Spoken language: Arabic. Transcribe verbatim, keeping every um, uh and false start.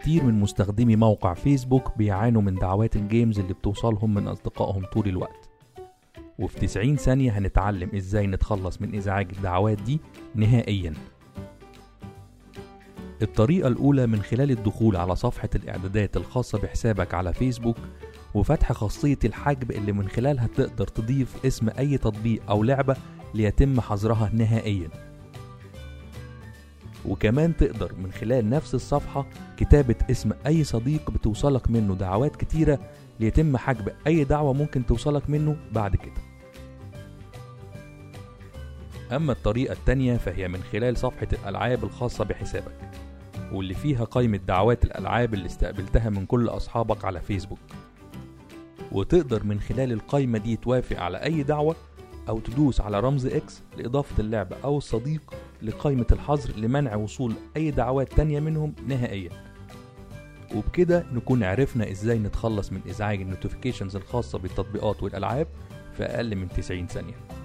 كتير من مستخدمي موقع فيسبوك بيعانوا من دعوات الجيمز اللي بتوصلهم من أصدقائهم طول الوقت، وفي تسعين ثانية هنتعلم إزاي نتخلص من إزعاج الدعوات دي نهائياً. الطريقة الأولى من خلال الدخول على صفحة الإعدادات الخاصة بحسابك على فيسبوك وفتح خاصية الحجب اللي من خلالها تقدر تضيف اسم أي تطبيق أو لعبة ليتم حظرها نهائياً. وكمان تقدر من خلال نفس الصفحة كتابة اسم أي صديق بتوصلك منه دعوات كتيرة ليتم حجب أي دعوة ممكن توصلك منه بعد كده. أما الطريقة التانية فهي من خلال صفحة الألعاب الخاصة بحسابك، واللي فيها قائمة دعوات الألعاب اللي استقبلتها من كل أصحابك على فيسبوك، وتقدر من خلال القائمة دي توافق على أي دعوة أو تدوس على رمز إكس لإضافة اللعبة أو الصديق لقائمة الحظر لمنع وصول أي دعوات تانية منهم نهائيا. وبكده نكون عرفنا إزاي نتخلص من إزعاج النوتيفيكيشنز الخاصة بالتطبيقات والألعاب في أقل من تسعين ثانية.